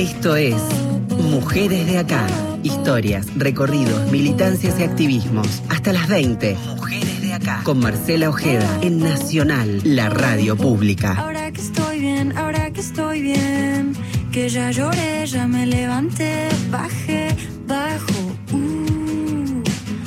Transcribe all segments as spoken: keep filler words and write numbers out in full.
Esto es Mujeres de Acá. Historias, recorridos, militancias y activismos. Hasta las veinte. Mujeres de Acá. Con Marcela Ojeda en Nacional, la radio pública. Ahora que estoy bien, ahora que estoy bien, que ya lloré, ya me levanté, bajé, bajo. Uh,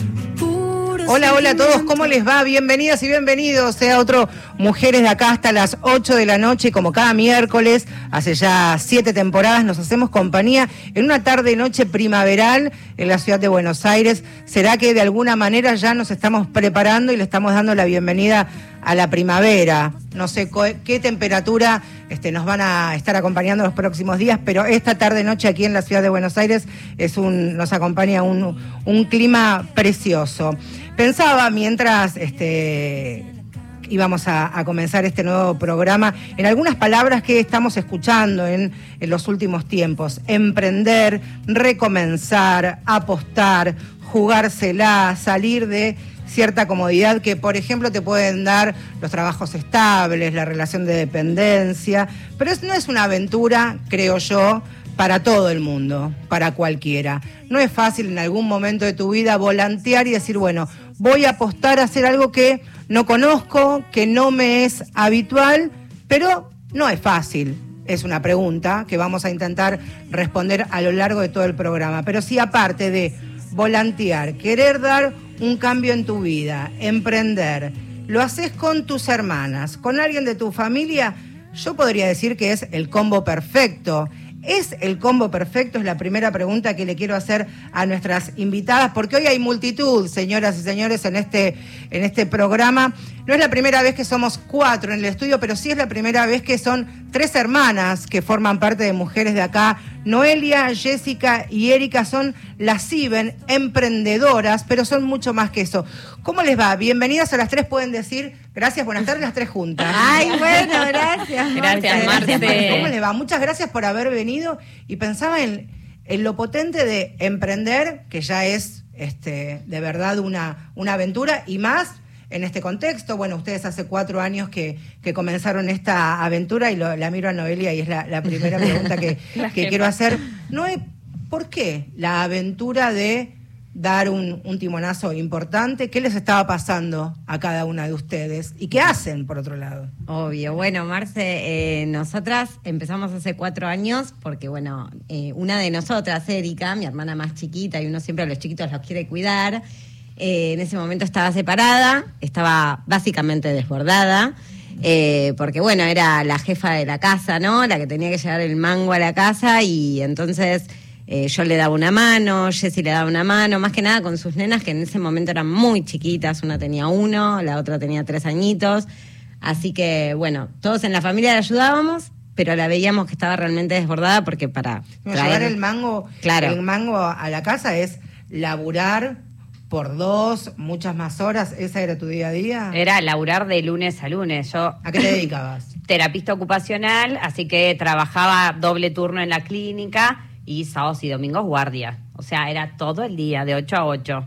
hola, hola a todos, ¿cómo les va? Bienvenidas y bienvenidos sea otro Mujeres de Acá hasta las ocho de la noche, como cada miércoles, hace ya siete temporadas, nos hacemos compañía en una tarde-noche primaveral en la ciudad de Buenos Aires. ¿Será que de alguna manera ya nos estamos preparando y le estamos dando la bienvenida a la primavera? No sé qué temperatura este, nos van a estar acompañando los próximos días, pero esta tarde-noche aquí en la ciudad de Buenos Aires es un, nos acompaña un, un clima precioso. Pensaba mientras este, íbamos a, a comenzar este nuevo programa en algunas palabras que estamos escuchando en, en los últimos tiempos: emprender, recomenzar, apostar, jugársela, salir de cierta comodidad que, por ejemplo, te pueden dar los trabajos estables, la relación de dependencia, pero es, no es una aventura, creo yo, para todo el mundo, para cualquiera. No es fácil en algún momento de tu vida volantear y decir, bueno, voy a apostar a hacer algo que no conozco, que no me es habitual, pero no es fácil. Es una pregunta que vamos a intentar responder a lo largo de todo el programa. Pero sí, aparte de volantear, querer dar un cambio en tu vida, emprender, lo haces con tus hermanas, con alguien de tu familia, yo podría decir que es el combo perfecto. ¿Es el combo perfecto? Es la primera pregunta que le quiero hacer a nuestras invitadas, porque hoy hay multitud, señoras y señores, en este, en este programa. No es la primera vez que somos cuatro en el estudio, pero sí es la primera vez que son tres hermanas que forman parte de Mujeres de Acá. Noelia, Jessica y Erika son las Siben, emprendedoras, pero son mucho más que eso. ¿Cómo les va? Bienvenidas a las tres, pueden decir gracias, buenas tardes, las tres juntas. Ay, bueno, gracias. Gracias, Marce. ¿Cómo les va? Muchas gracias por haber venido y pensaba en, en lo potente de emprender, que ya es este, de verdad una, una aventura, y más en este contexto. Bueno, ustedes hace cuatro años que, que comenzaron esta aventura y lo, la miro a Noelia y es la, la primera pregunta que, que quiero hacer. Noé, ¿por qué la aventura de dar un, un timonazo importante? ¿Qué les estaba pasando a cada una de ustedes? ¿Y qué hacen, por otro lado? Obvio. Bueno, Marce, eh, nosotras empezamos hace cuatro años porque, bueno, eh, una de nosotras, Erika, mi hermana más chiquita, y uno siempre a los chiquitos los quiere cuidar, eh, en ese momento estaba separada, estaba básicamente desbordada, eh, porque, bueno, era la jefa de la casa, ¿no? La que tenía que llevar el mango a la casa, y entonces Eh, yo le daba una mano, Jessy le daba una mano, más que nada con sus nenas, que en ese momento eran muy chiquitas. Una tenía uno, la otra tenía tres añitos. Así que, bueno, todos en la familia le ayudábamos, pero la veíamos que estaba realmente desbordada porque para no, traer llevar el mango, claro. el mango a la casa es laburar por dos, muchas más horas. ¿Esa era tu día a día? Era laburar de lunes a lunes. Yo ¿A qué te dedicabas? Terapista ocupacional, así que trabajaba doble turno en la clínica y sábados y domingos guardia. O sea, era todo el día, de ocho a ocho.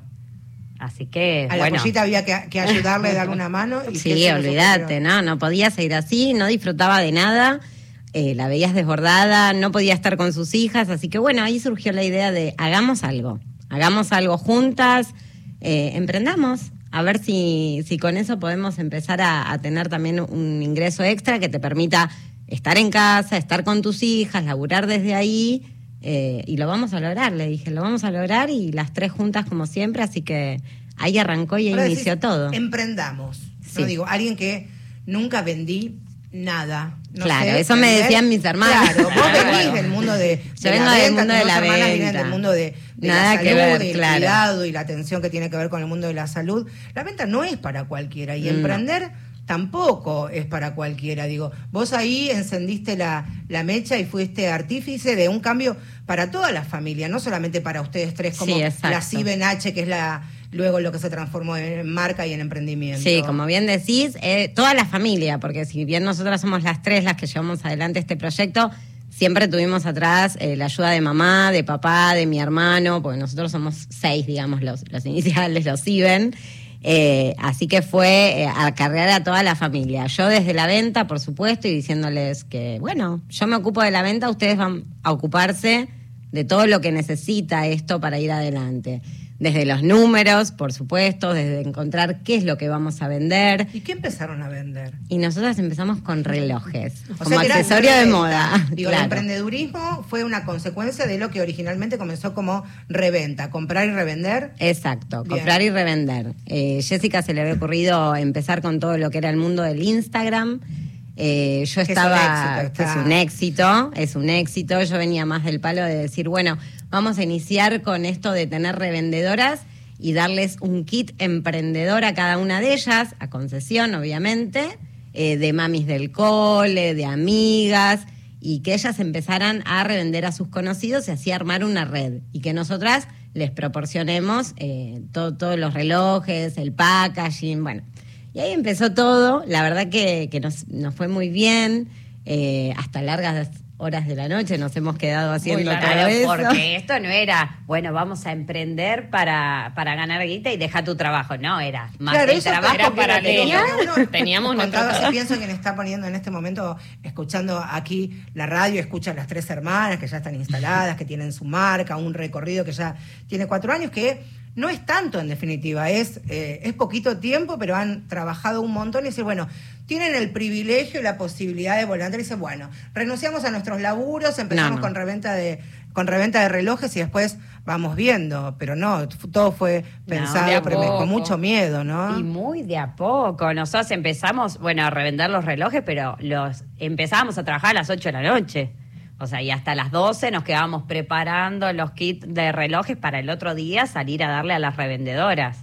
Así que, a bueno. la pollita había que, que ayudarle, darle una mano. Y sí, olvídate, ¿no? No podía seguir así, no disfrutaba de nada, eh, la veías desbordada, no podía estar con sus hijas. Así que, bueno, ahí surgió la idea de hagamos algo. Hagamos algo juntas, eh, emprendamos. A ver si, si con eso podemos empezar a, a tener también un ingreso extra que te permita estar en casa, estar con tus hijas, laburar desde ahí. Eh, y lo vamos a lograr, le dije, lo vamos a lograr, y las tres juntas como siempre, así que ahí arrancó y ahí ahora inició decís, todo. Emprendamos, sí. No digo, alguien que nunca vendí nada. No claro, sé, eso vender. Me decían mis hermanas. Claro, vos venís del mundo de, de Yo vengo la del venta, mundo de la hermanas venta. vienen del mundo de, de Nada la salud, que ver, del claro. cuidado y la atención que tiene que ver con el mundo de la salud. La venta no es para cualquiera, y no. emprender tampoco es para cualquiera. Digo, vos ahí encendiste la, la mecha y fuiste artífice de un cambio para toda la familia, no solamente para ustedes tres, como sí, la Siben H, que es la luego lo que se transformó en marca y en emprendimiento. Sí, como bien decís, eh, toda la familia, porque si bien nosotras somos las tres las que llevamos adelante este proyecto, siempre tuvimos atrás eh, la ayuda de mamá, de papá, de mi hermano, porque nosotros somos seis, digamos, los, los iniciales, los Siben. Eh, así que fue eh, a cargar a toda la familia. Yo desde la venta, por supuesto, y diciéndoles que, bueno, yo me ocupo de la venta, ustedes van a ocuparse de todo lo que necesita esto para ir adelante. Desde los números, por supuesto, desde encontrar qué es lo que vamos a vender. ¿Y qué empezaron a vender? Y nosotras empezamos con relojes, O como sea, que era accesorio de reventa. moda. Digo, Claro. el emprendedurismo fue una consecuencia de lo que originalmente comenzó como reventa, comprar y revender. Exacto, Bien. comprar y revender. Eh, Jessica se le había ocurrido empezar con todo lo que era el mundo del Instagram. Eh, yo Que es estaba, un éxito, que es está. un éxito, es un éxito. Yo venía más del palo de decir, bueno, vamos a iniciar con esto de tener revendedoras y darles un kit emprendedor a cada una de ellas, a concesión, obviamente, eh, de mamis del cole, de amigas, y que ellas empezaran a revender a sus conocidos y así armar una red. Y que nosotras les proporcionemos eh, todo, todos los relojes, el packaging, bueno. Y ahí empezó todo, la verdad que, que nos, nos fue muy bien, eh, hasta largas horas de la noche nos hemos quedado haciendo Muy todo claro, eso. porque esto no era, bueno, vamos a emprender para, para ganar guita y deja tu trabajo. No, era más Claro, el eso trabajo era que paralelo. tenía. Uno- Teníamos contaba, nuestro- si pienso en quien está poniendo en este momento, escuchando aquí la radio, escucha a las tres hermanas que ya están instaladas, que tienen su marca, un recorrido que ya tiene cuatro años, que no es tanto en definitiva, es, eh, es poquito tiempo, pero han trabajado un montón y decir, bueno, tienen el privilegio y la posibilidad de volantear y dicen, bueno, renunciamos a nuestros laburos, empezamos No, no. con reventa de con reventa de relojes y después vamos viendo, pero no, todo fue pensado, de a pero me- con poco. mucho miedo, ¿no? Y muy de a poco. Nosotros empezamos, bueno, a revender los relojes, pero los empezábamos a trabajar a las ocho de la noche. O sea, y hasta las doce nos quedábamos preparando los kits de relojes para el otro día salir a darle a las revendedoras.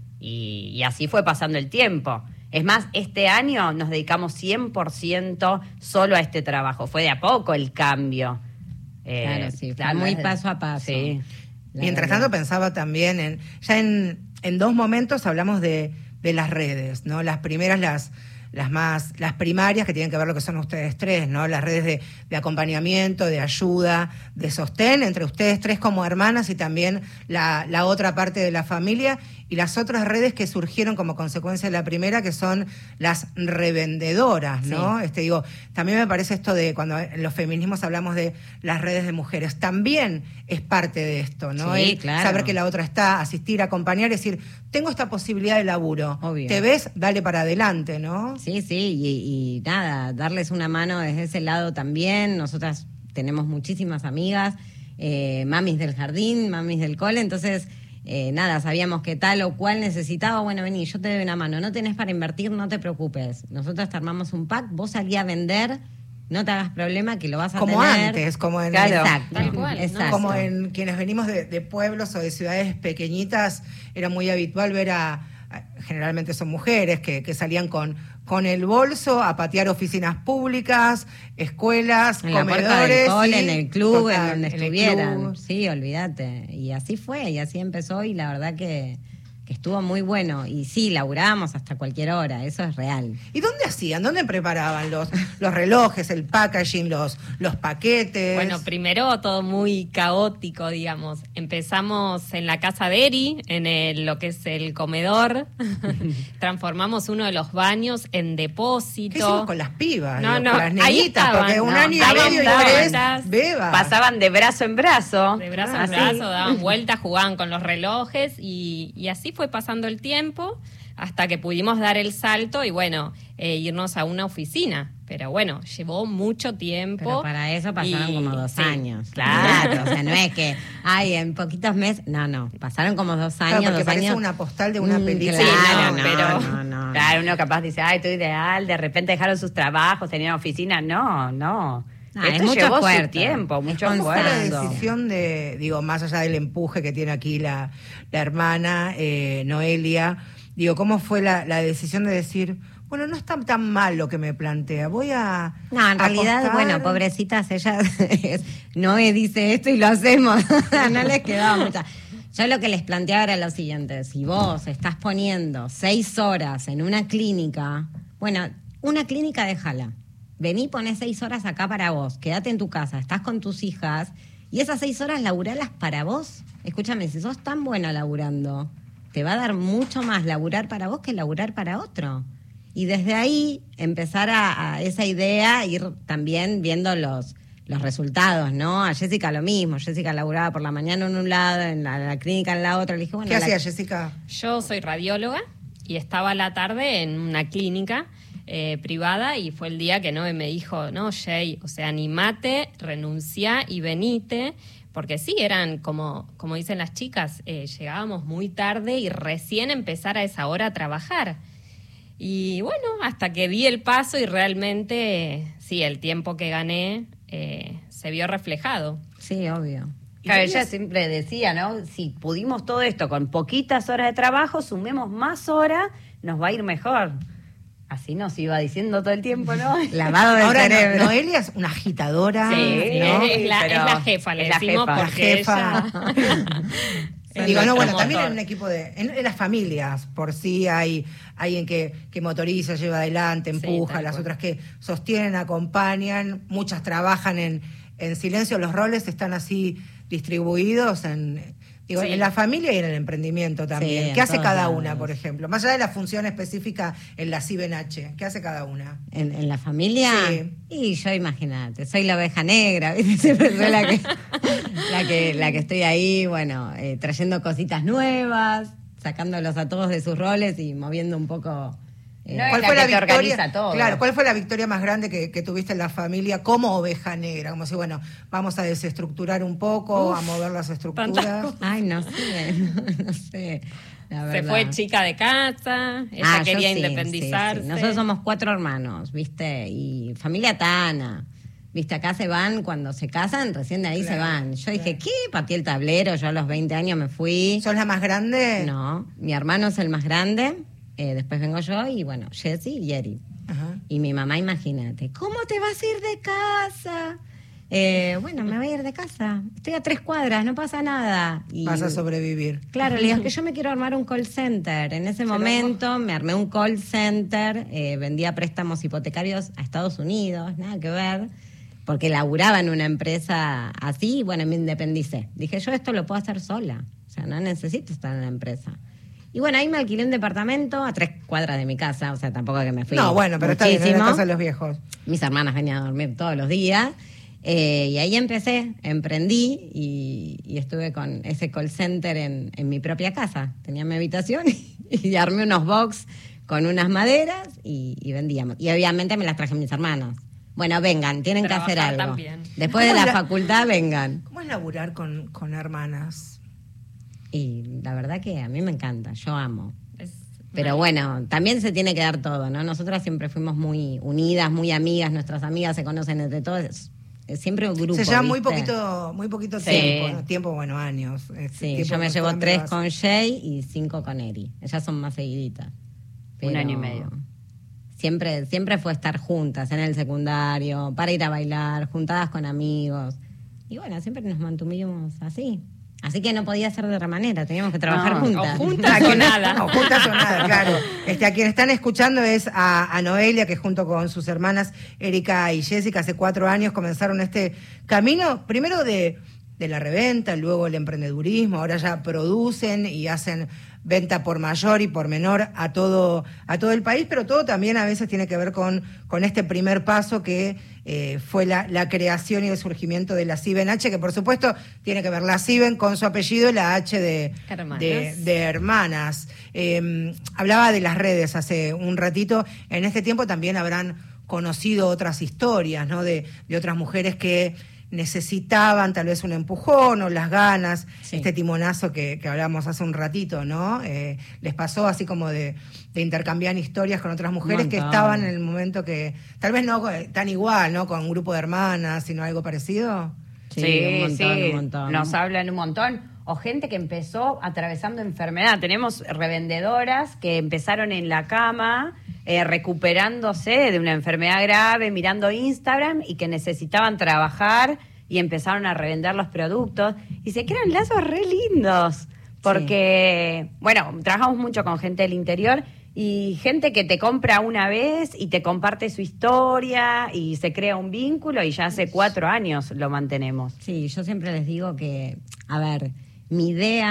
Y, y así fue pasando el tiempo. Es más, este año nos dedicamos cien por ciento solo a este trabajo. Fue de a poco el cambio. Eh, Claro, sí, fue claro, muy es- paso a paso. Sí. La Mientras verdad. tanto pensaba también en, ya en, en dos momentos hablamos de, de las redes, ¿no? Las primeras, las, las más, las primarias que tienen que ver lo que son ustedes tres, ¿no? Las redes de, de acompañamiento, de ayuda, de sostén entre ustedes tres como hermanas y también la, la otra parte de la familia y las otras redes que surgieron como consecuencia de la primera, que son las revendedoras, ¿no? Sí. Este, digo, también me parece esto de cuando en los feminismos hablamos de las redes de mujeres, también es parte de esto, ¿no? Sí, El claro. saber que la otra está, asistir, acompañar, decir, tengo esta posibilidad de laburo, Obvio. ¿te ves? Dale para adelante, ¿no? Sí, sí, y, y nada, darles una mano desde ese lado también. Nosotras tenemos muchísimas amigas, eh, mamis del jardín, mamis del cole, entonces, eh, nada, sabíamos que tal o cual necesitaba, bueno, vení, yo te doy una mano, no tenés para invertir, no te preocupes. Nosotras te armamos un pack, vos salí a vender, no te hagas problema que lo vas a Como tener. antes, como en, Claro. Exacto, Tal cual, ¿no? exacto. como en quienes venimos de, de pueblos o de ciudades pequeñitas, era muy habitual ver a, a- generalmente son mujeres que, que salían con, con el bolso a patear oficinas públicas, escuelas, En la puerta comedores. del cole, y- en el club, total, en donde en el estuvieran. club. Sí, olvídate. Y así fue, y así empezó, y la verdad que, que estuvo muy bueno. Y sí, laburábamos hasta cualquier hora, eso es real. ¿Y dónde hacían? ¿Dónde preparaban los, los relojes, el packaging, los, los paquetes? Bueno, primero todo muy caótico, digamos. Empezamos en la casa de Eri, en el- lo que es el comedor. Transformamos uno de los baños en depósito. ¿Qué hicimos con las pibas? No, Digo, no, con las ahí nenitas, estaban, porque un no, año y ahí medio y estaban. tres, beba. Pasaban de brazo en brazo. De brazo Ah, en sí. brazo, daban vueltas, jugaban con los relojes y, y así fue pasando el tiempo hasta que pudimos dar el salto y bueno, eh, irnos a una oficina. Pero bueno, llevó mucho tiempo. Pero para eso pasaron y- como dos sí, años. claro. O sea, no es que, ay, en poquitos meses. No, no. Pasaron como dos Claro, años, porque dos parece años. una postal de una Mm, película. Claro, Sí, no, pero- no, no. Claro, uno capaz dice, ay, estoy ideal, de repente dejaron sus trabajos, tenían oficina. No, no. Ah, es Esto mucho llevó esfuerzo. su tiempo, Es mucho ¿Cuál fue la esfuerzo. decisión de, digo, más allá del empuje que tiene aquí la, la hermana eh, Noelia, digo, cómo fue la, la decisión de decir, bueno, no está tan mal lo que me plantea, voy a No, en realidad, apostar? bueno, pobrecitas, ellas, Noé dice esto y lo hacemos, no les quedaba mucha. Yo lo que les planteaba era lo siguiente, si vos estás poniendo seis horas en una clínica, bueno, una clínica déjala, vení, ponés seis horas acá para vos, quédate en tu casa, estás con tus hijas, y esas seis horas laburalas para vos. Escúchame, si sos tan buena laburando, te va a dar mucho más laburar para vos que laburar para otro. Y desde ahí empezar a, a esa idea, ir también viendo los, los resultados, ¿no? A Jessica lo mismo. Jessica laburaba por la mañana en un lado, en la, la clínica en la otra. Le dije, bueno, ¿qué la... hacía Jessica? Yo soy radióloga y estaba a la tarde en una clínica eh, privada y fue el día que Noé me dijo, no, Jay, o sea, animate, renuncia y venite. Porque sí, eran como, como dicen las chicas, eh, llegábamos muy tarde y recién empezar a esa hora a trabajar. Y bueno, hasta que di el paso y realmente, sí, el tiempo que gané eh, se vio reflejado. Sí, obvio. Claro, ella siempre decía, ¿no? Si pudimos todo esto con poquitas horas de trabajo, sumemos más horas, nos va a ir mejor. Así nos iba diciendo todo el tiempo, ¿no? Lavado del Ahora, cerebro. no, Noelia es una agitadora. Sí, ¿no? es, la, pero es la jefa, le es la decimos, jefa. porque La jefa. ella... es Digo, no, nuestro bueno, también motor. en un equipo de... En, en las familias, por sí, hay alguien que, que motoriza, lleva adelante, Sí, empuja, tal las cual. otras que sostienen, acompañan, muchas trabajan en, en silencio, los roles están así distribuidos en... Digo, Sí. en la familia y en el emprendimiento también. Sí, en ¿Qué hace todos cada lados. una, por ejemplo? Más allá de la función específica en la C I B N H, ¿qué hace cada una? ¿En, en la familia? Sí. Y yo, imagínate, soy la oveja negra, ¿viste? Siempre soy la que, la que, la que estoy ahí, bueno, eh, trayendo cositas nuevas, sacándolos a todos de sus roles y moviendo un poco... eh, No, es la que te organiza todo. Claro, ¿cuál fue la victoria más grande que, que tuviste en la familia como oveja negra? Como si, bueno, vamos a desestructurar un poco, Uf, a mover las estructuras. tantas Ay, no sé, no sé. La Se verdad. fue chica de casa, ella Ah, yo quería sí, independizarse. sí, sí. Nosotros somos cuatro hermanos, ¿viste? Y familia Tana. ¿Viste? Acá se van cuando se casan, recién de ahí Claro, se van. Yo dije, claro. ¿qué? Pateé el tablero, yo a los veinte años me fui. ¿Sos la más grande? No, mi hermano es el más grande, eh, después vengo yo y bueno, Jessy y Eri. Ajá. Y mi mamá, imagínate, ¿cómo te vas a ir de casa? Eh, bueno, me voy a ir de casa. Estoy a tres cuadras, no pasa nada. Y, Vas a sobrevivir. Claro, le digo, es que yo me quiero armar un call center. En ese momento me armé un call center, eh, vendía préstamos hipotecarios a Estados Unidos, nada que ver, porque laburaba en una empresa así y bueno, me independicé. Dije, yo esto lo puedo hacer sola, o sea, no necesito estar en la empresa. Y bueno, ahí me alquilé un departamento a tres cuadras de mi casa, o sea, tampoco que me fui No, bueno, pero está bien, en muchísimo. la casa de los viejos. Mis hermanas venían a dormir todos los días. Eh, y ahí empecé, emprendí y, y estuve con ese call center en, en mi propia casa. Tenía mi habitación y, y armé unos box con unas maderas y, y vendíamos. Y obviamente me las traje mis hermanos. Bueno, vengan, tienen que hacer Trabajar algo. también. Después de ¿Cómo la la- facultad, vengan. ¿Cómo es laburar con, con hermanas? Y la verdad que a mí me encanta, yo amo. Es- Pero bueno, también se tiene que dar todo, ¿no? Nosotras siempre fuimos muy unidas, muy amigas, nuestras amigas se conocen entre todos. Es- es siempre un grupo. Se lleva muy ¿viste? poquito, muy poquito Sí. tiempo, ¿no? Tiempo, bueno, años. Este, Sí, tiempo yo me con llevo todas tres amigas. con Jay y cinco con Eri. Ellas son más seguiditas. Un año y medio. Siempre, siempre fue estar juntas en el secundario, para ir a bailar, juntadas con amigos. Y bueno, siempre nos mantuvimos así. Así que no podía ser de otra manera, teníamos que trabajar No, juntas. o juntas. A quien- o nada. No, juntas o nada, claro. Este, a quien están escuchando es a, a Noelia, que junto con sus hermanas Erika y Jessica hace cuatro años comenzaron este camino, primero de, de la reventa, luego el emprendedurismo, ahora ya producen y hacen venta por mayor y por menor a todo, a todo el país, pero todo también a veces tiene que ver con, con este primer paso que eh, fue la, la creación y el surgimiento de la C I B E N H, que por supuesto tiene que ver la C I B E N con su apellido y la H de, Hermanas. de, de hermanas. Eh, hablaba de las redes hace un ratito. En este tiempo también habrán conocido otras historias, ¿no? De, de otras mujeres que necesitaban tal vez un empujón o las ganas, Sí. este timonazo que, que hablábamos hace un ratito, ¿no? Eh, les pasó así como de, de intercambiar historias con otras mujeres que montón. estaban en el momento que, tal vez no eh, tan igual, ¿no? Con un grupo de hermanas, sino algo parecido. Sí, Sí, un montón, sí, un montón. nos hablan un montón. O gente que empezó atravesando enfermedad. Tenemos revendedoras que empezaron en la cama, eh, recuperándose de una enfermedad grave, mirando Instagram y que necesitaban trabajar y empezaron a revender los productos. Y se crean lazos re lindos. Porque, bueno, trabajamos mucho con gente del interior y gente que te compra una vez y te comparte su historia y se crea un vínculo y ya hace cuatro años lo mantenemos. Sí, yo siempre les digo que, a ver, mi idea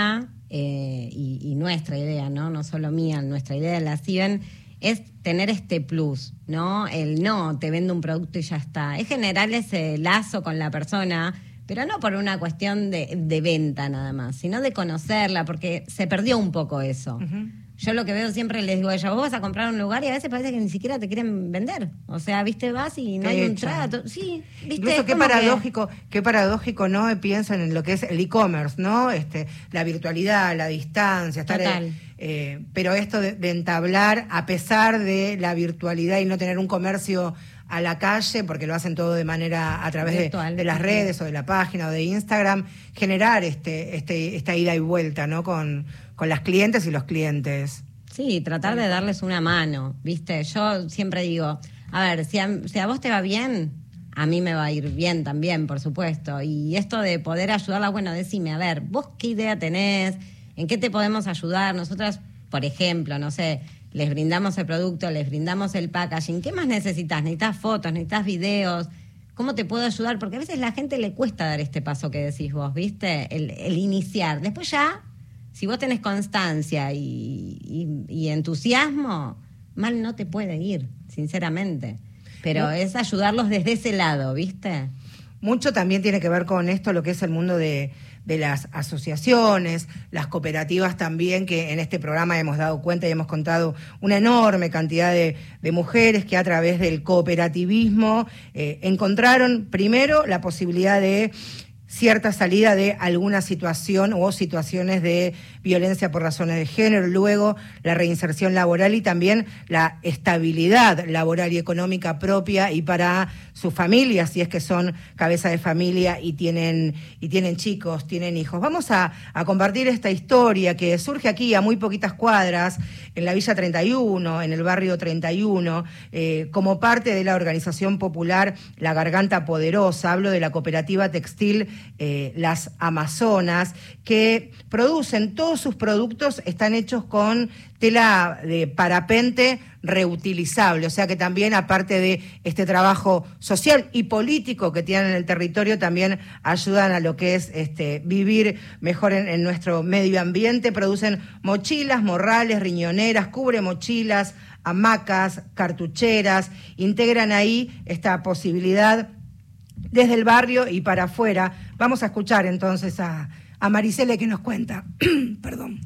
eh, y, y nuestra idea, ¿no? No solo mía, nuestra idea de la CIBEN es tener este plus, ¿no? El no, te vendo un producto y ya está. Es generar ese lazo con la persona, pero no por una cuestión de, de venta nada más, sino de conocerla, porque se perdió un poco eso. Uh-huh. Yo lo que veo siempre les digo a ella, vos vas a comprar un lugar y a veces parece que ni siquiera te quieren vender. O sea, viste, vas y no hay un trato. Sí, viste. Incluso qué paradójico, que... qué paradójico, ¿no? Piensan en lo que es el e-commerce, ¿no? Este, la virtualidad, la distancia, estar Total. Eh, pero esto de, de entablar, a pesar de la virtualidad y no tener un comercio a la calle, porque lo hacen todo de manera a través Virtual, de, de las redes o de la página o de Instagram, generar este, este, esta ida y vuelta, ¿no? Con, con las clientes y los clientes. Sí, tratar de darles una mano, ¿viste? Yo siempre digo, a ver, si a, si a vos te va bien, a mí me va a ir bien también, por supuesto. Y esto de poder ayudarla, bueno, decime, a ver, ¿vos qué idea tenés? ¿En qué te podemos ayudar? Nosotras, por ejemplo, no sé, les brindamos el producto, les brindamos el packaging. ¿Qué más necesitas? ¿Necesitas fotos? ¿Necesitas videos? ¿Cómo te puedo ayudar? Porque a veces a la gente le cuesta dar este paso que decís vos, ¿viste? El, el iniciar. Después ya, si vos tenés constancia y, y, y entusiasmo, mal no te puede ir, sinceramente. Pero no. Es ayudarlos desde ese lado, ¿viste? Mucho también tiene que ver con esto, lo que es el mundo de, de las asociaciones, las cooperativas también, que en este programa hemos dado cuenta y hemos contado una enorme cantidad de, de mujeres que a través del cooperativismo eh, encontraron primero la posibilidad de cierta salida de alguna situación o situaciones de violencia por razones de género, luego la reinserción laboral y también la estabilidad laboral y económica propia y para sus familias, si es que son cabeza de familia y tienen y tienen chicos, tienen hijos. Vamos a, a compartir esta historia que surge aquí a muy poquitas cuadras, en la Villa treinta y uno, en el barrio treinta y uno, eh, como parte de la organización popular La Garganta Poderosa. Hablo de la cooperativa textil Eh, Las Amazonas, que producen, todos sus productos están hechos con tela de parapente reutilizable, o sea que también, aparte de este trabajo social y político que tienen en el territorio, también ayudan a lo que es este vivir mejor en, en nuestro medio ambiente. Producen mochilas, morrales, riñoneras, cubre mochilas, hamacas, cartucheras, integran ahí esta posibilidad desde el barrio y para afuera. Vamos a escuchar entonces a, a Marisela, que nos cuenta. Perdón.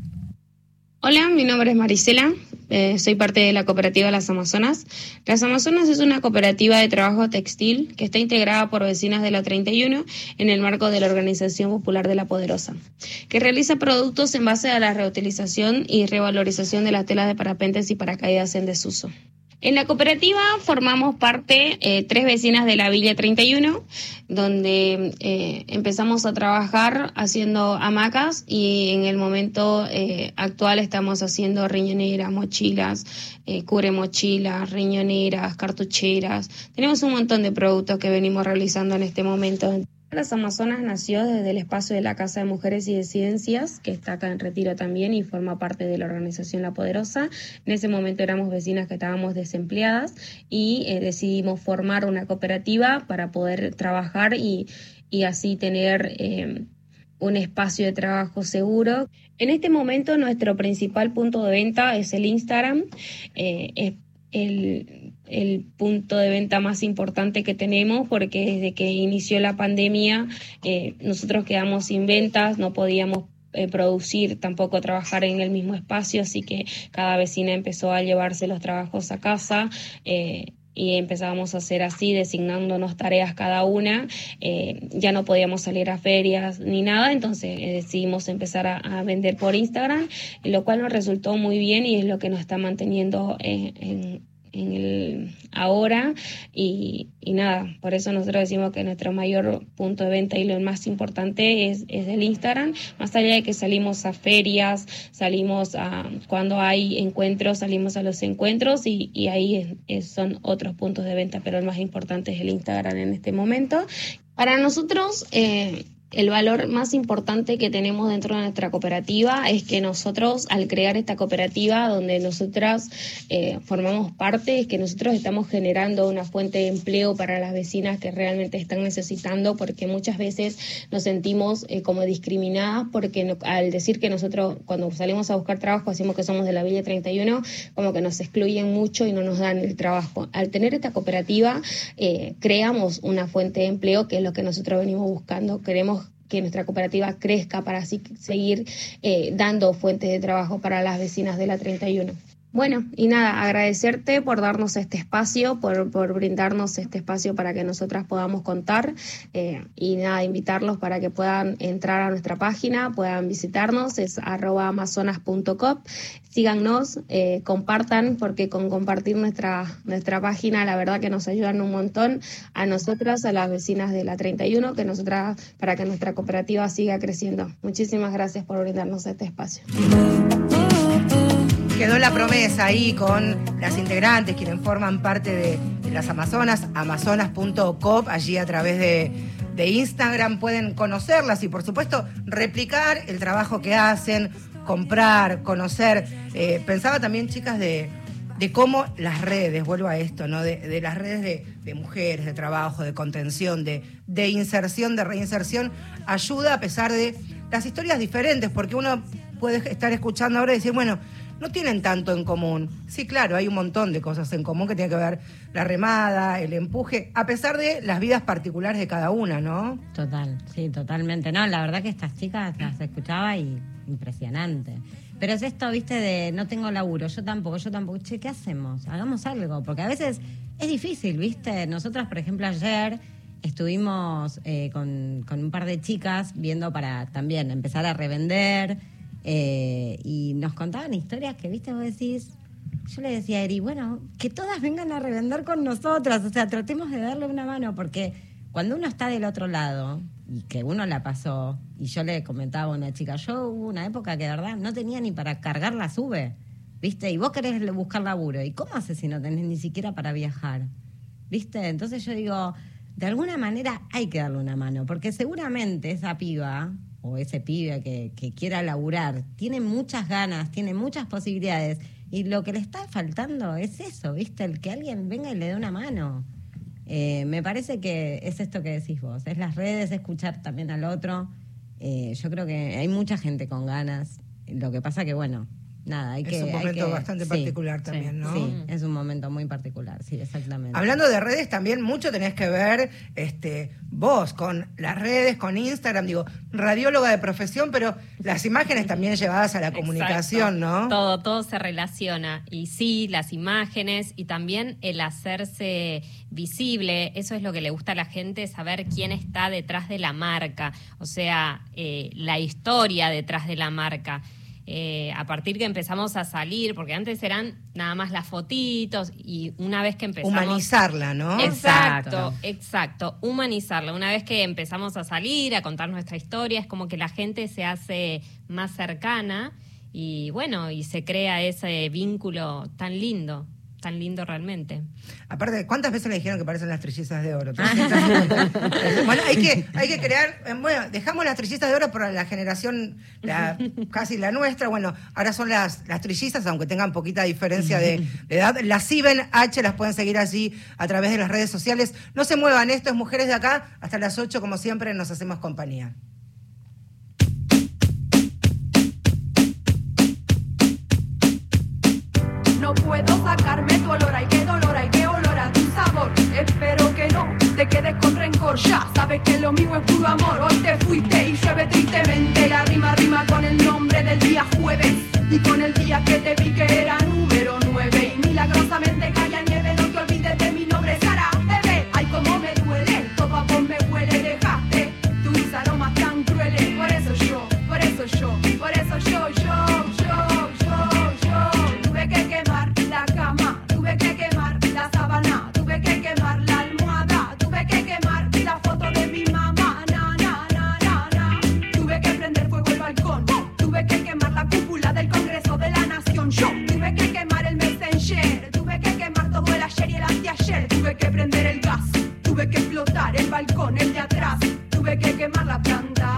Hola, mi nombre es Marisela, eh, soy parte de la cooperativa Las Amazonas. Las Amazonas es una cooperativa de trabajo textil que está integrada por vecinas de la treinta y uno en el marco de la Organización Popular de La Poderosa, que realiza productos en base a la reutilización y revalorización de las telas de parapentes y paracaídas en desuso. En la cooperativa formamos parte eh, tres vecinas de la Villa treinta y uno, donde eh, empezamos a trabajar haciendo hamacas y en el momento eh, actual estamos haciendo riñoneras, mochilas, eh, cubre mochilas, riñoneras, cartucheras. Tenemos un montón de productos que venimos realizando en este momento. Las Amazonas nació desde el espacio de la Casa de Mujeres y Disidencias, que está acá en Retiro también y forma parte de la organización La Poderosa. En ese momento éramos vecinas que estábamos desempleadas y eh, decidimos formar una cooperativa para poder trabajar y, y así tener eh, un espacio de trabajo seguro. En este momento nuestro principal punto de venta es el Instagram, eh, es el... el punto de venta más importante que tenemos, porque desde que inició la pandemia eh, nosotros quedamos sin ventas, no podíamos eh, producir, tampoco trabajar en el mismo espacio, así que cada vecina empezó a llevarse los trabajos a casa eh, y empezábamos a hacer así, designándonos tareas cada una. Eh, ya no podíamos salir a ferias ni nada, entonces eh, decidimos empezar a, a vender por Instagram, lo cual nos resultó muy bien y es lo que nos está manteniendo eh, en en el ahora y, y nada, por eso nosotros decimos que nuestro mayor punto de venta y lo más importante es, es el Instagram, más allá de que salimos a ferias, salimos a cuando hay encuentros, salimos a los encuentros y, y ahí es, es, son otros puntos de venta, pero el más importante es el Instagram en este momento. Para nosotros eh, El valor más importante que tenemos dentro de nuestra cooperativa es que nosotros, al crear esta cooperativa donde nosotras eh, formamos parte, es que nosotros estamos generando una fuente de empleo para las vecinas que realmente están necesitando, porque muchas veces nos sentimos eh, como discriminadas, porque no, al decir que nosotros cuando salimos a buscar trabajo decimos que somos de la Villa treinta y uno, como que nos excluyen mucho y no nos dan el trabajo. Al tener esta cooperativa eh, creamos una fuente de empleo, que es lo que nosotros venimos buscando. Queremos que nuestra cooperativa crezca para así seguir eh, dando fuentes de trabajo para las vecinas de la treinta y uno. Bueno, y nada, agradecerte por darnos este espacio, por, por brindarnos este espacio para que nosotras podamos contar eh, y nada, invitarlos para que puedan entrar a nuestra página, puedan visitarnos, es arroba amazonas punto com, síganos, eh, compartan, porque con compartir nuestra, nuestra página la verdad que nos ayudan un montón a nosotras, a las vecinas de la treinta y uno, que nosotras, para que nuestra cooperativa siga creciendo. Muchísimas gracias por brindarnos este espacio. Quedó la promesa ahí con las integrantes, quienes forman parte de, de las Amazonas, amazonas punto com, allí a través de, de Instagram pueden conocerlas y por supuesto replicar el trabajo que hacen, comprar, conocer. Eh, pensaba también, chicas, de, de cómo las redes, vuelvo a esto, ¿no? De, de las redes de, de mujeres, de trabajo, de contención, de, de inserción, de reinserción, ayuda a pesar de las historias diferentes, porque uno puede estar escuchando ahora y decir, bueno, no tienen tanto en común. Sí, claro, hay un montón de cosas en común que tiene que ver la remada, el empuje, a pesar de las vidas particulares de cada una, ¿no? Total, sí, totalmente. No, la verdad que estas chicas las escuchaba y impresionante. Pero es esto, viste, de no tengo laburo, yo tampoco, yo tampoco. Che, ¿qué hacemos? Hagamos algo, porque a veces es difícil, viste. Nosotras, por ejemplo, ayer estuvimos eh, con, con un par de chicas viendo para también empezar a revender. Eh, y nos contaban historias que, viste, vos decís, yo le decía a Eri, bueno, que todas vengan a revender con nosotras, o sea, tratemos de darle una mano, porque cuando uno está del otro lado y que uno la pasó, y yo le comentaba a una chica, yo hubo una época que de verdad no tenía ni para cargar la sube, viste, y vos querés buscar laburo, ¿y cómo haces si no tenés ni siquiera para viajar? Viste, entonces yo digo, de alguna manera hay que darle una mano, porque seguramente esa piba o ese pibe que, que quiera laburar, tiene muchas ganas, tiene muchas posibilidades, y lo que le está faltando es eso, ¿viste? El que alguien venga y le dé una mano. Eh, me parece que es esto que decís vos, es las redes, escuchar también al otro. Eh, yo creo que hay mucha gente con ganas, lo que pasa que, bueno, nada, hay es que... Es un momento que, bastante sí, particular también, sí, ¿no? Sí, es un momento muy particular, sí, exactamente. Hablando de redes, también mucho tenés que ver este, vos con las redes, con Instagram, digo, radióloga de profesión, pero las imágenes también llevadas a la comunicación, Exacto. ¿no? Todo, todo se relaciona. Y sí, las imágenes y también el hacerse visible, eso es lo que le gusta a la gente, saber quién está detrás de la marca, o sea, eh, la historia detrás de la marca. Eh, a partir que empezamos a salir, porque antes eran nada más las fotitos, y una vez que empezamos... Humanizarla, ¿no? Exacto, exacto, humanizarla. Una vez que empezamos a salir, a contar nuestra historia, es como que la gente se hace más cercana y bueno, y se crea ese vínculo tan lindo, tan lindo realmente. Aparte, ¿cuántas veces le dijeron que parecen las trillizas de oro? Bueno, hay que, hay que crear, bueno, dejamos las trillizas de oro para la generación, la, casi la nuestra, bueno, ahora son las, las trillizas, aunque tengan poquita diferencia de, de edad. Las Iben H las pueden seguir allí a través de las redes sociales. No se muevan, esto es Mujeres de Acá, hasta las ocho, como siempre, nos hacemos compañía. No puedo sacarme tu olor, ay qué dolor, ay qué olor a tu sabor. Espero que no te quedes con rencor, ya sabes que lo mío es puro amor. Hoy te fuiste y llueve tristemente, la rima rima con el nombre del día jueves y con el día que te vi que era número nueve. Y milagrosamente caía nieve, no te olvides de mi nombre, Sara, bebé. Ay cómo me duele, todo a vos me huele, dejaste tus aromas tan crueles. Por eso yo, por eso yo, por eso yo, yo, yo, yo, yo tuve que quemar la cama, tuve que quemar la sábana, tuve que quemar la almohada, tuve que quemar la foto de mi mamá, na, na, na, na, na. Tuve que prender fuego el balcón, tuve que quemar la cúpula del Congreso de la Nación, yo tuve que quemar el Messenger, tuve que quemar todo el ayer y el anteayer, tuve que prender el gas, tuve que explotar el balcón, el de atrás, tuve que quemar la planta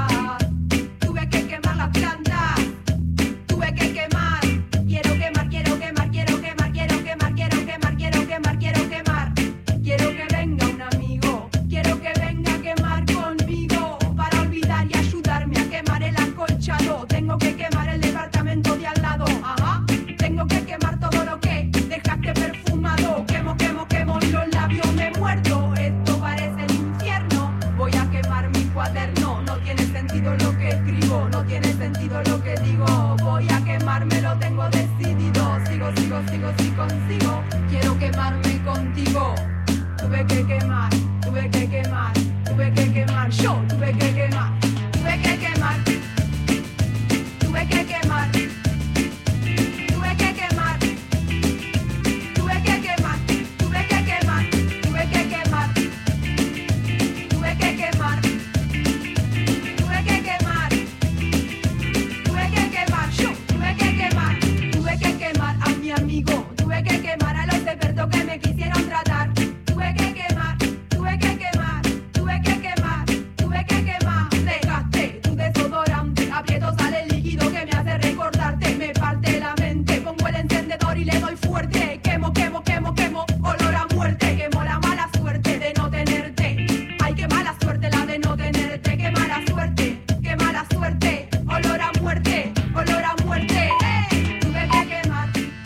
sigo si consigo. Quiero quemarme contigo. Tuve que quemar, tuve que quemar, tuve que quemar. Yo tuve que quemar, tuve que quemar, tuve que quemar, tuve que quemar, tuve que quemar, tuve que quemar, tuve que quemar, tuve que quemar, tuve que quemar, tuve que quemar. Yo tuve que quemar, tuve que quemar a mi amigo, tuve que quemar a los expertos que me quisieron tratar. Tuve que quemar, tuve que quemar, tuve que quemar, tuve que quemar. Dejaste tu desodorante, aprieto sale el líquido que me hace recordarte. Me parte la mente, pongo el encendedor y le doy fuerte. Quemo, quemo, quemo, quemo, olor a muerte. Quemo la mala suerte de no tenerte. Ay, qué mala suerte la de no tenerte. Qué mala suerte, qué mala suerte. Olor a muerte, olor a muerte. Hey, tuve que quemar.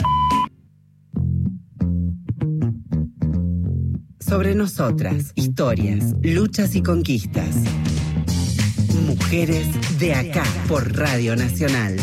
Sobre nosotras, historias, luchas y conquistas. Mujeres de acá por Radio Nacional.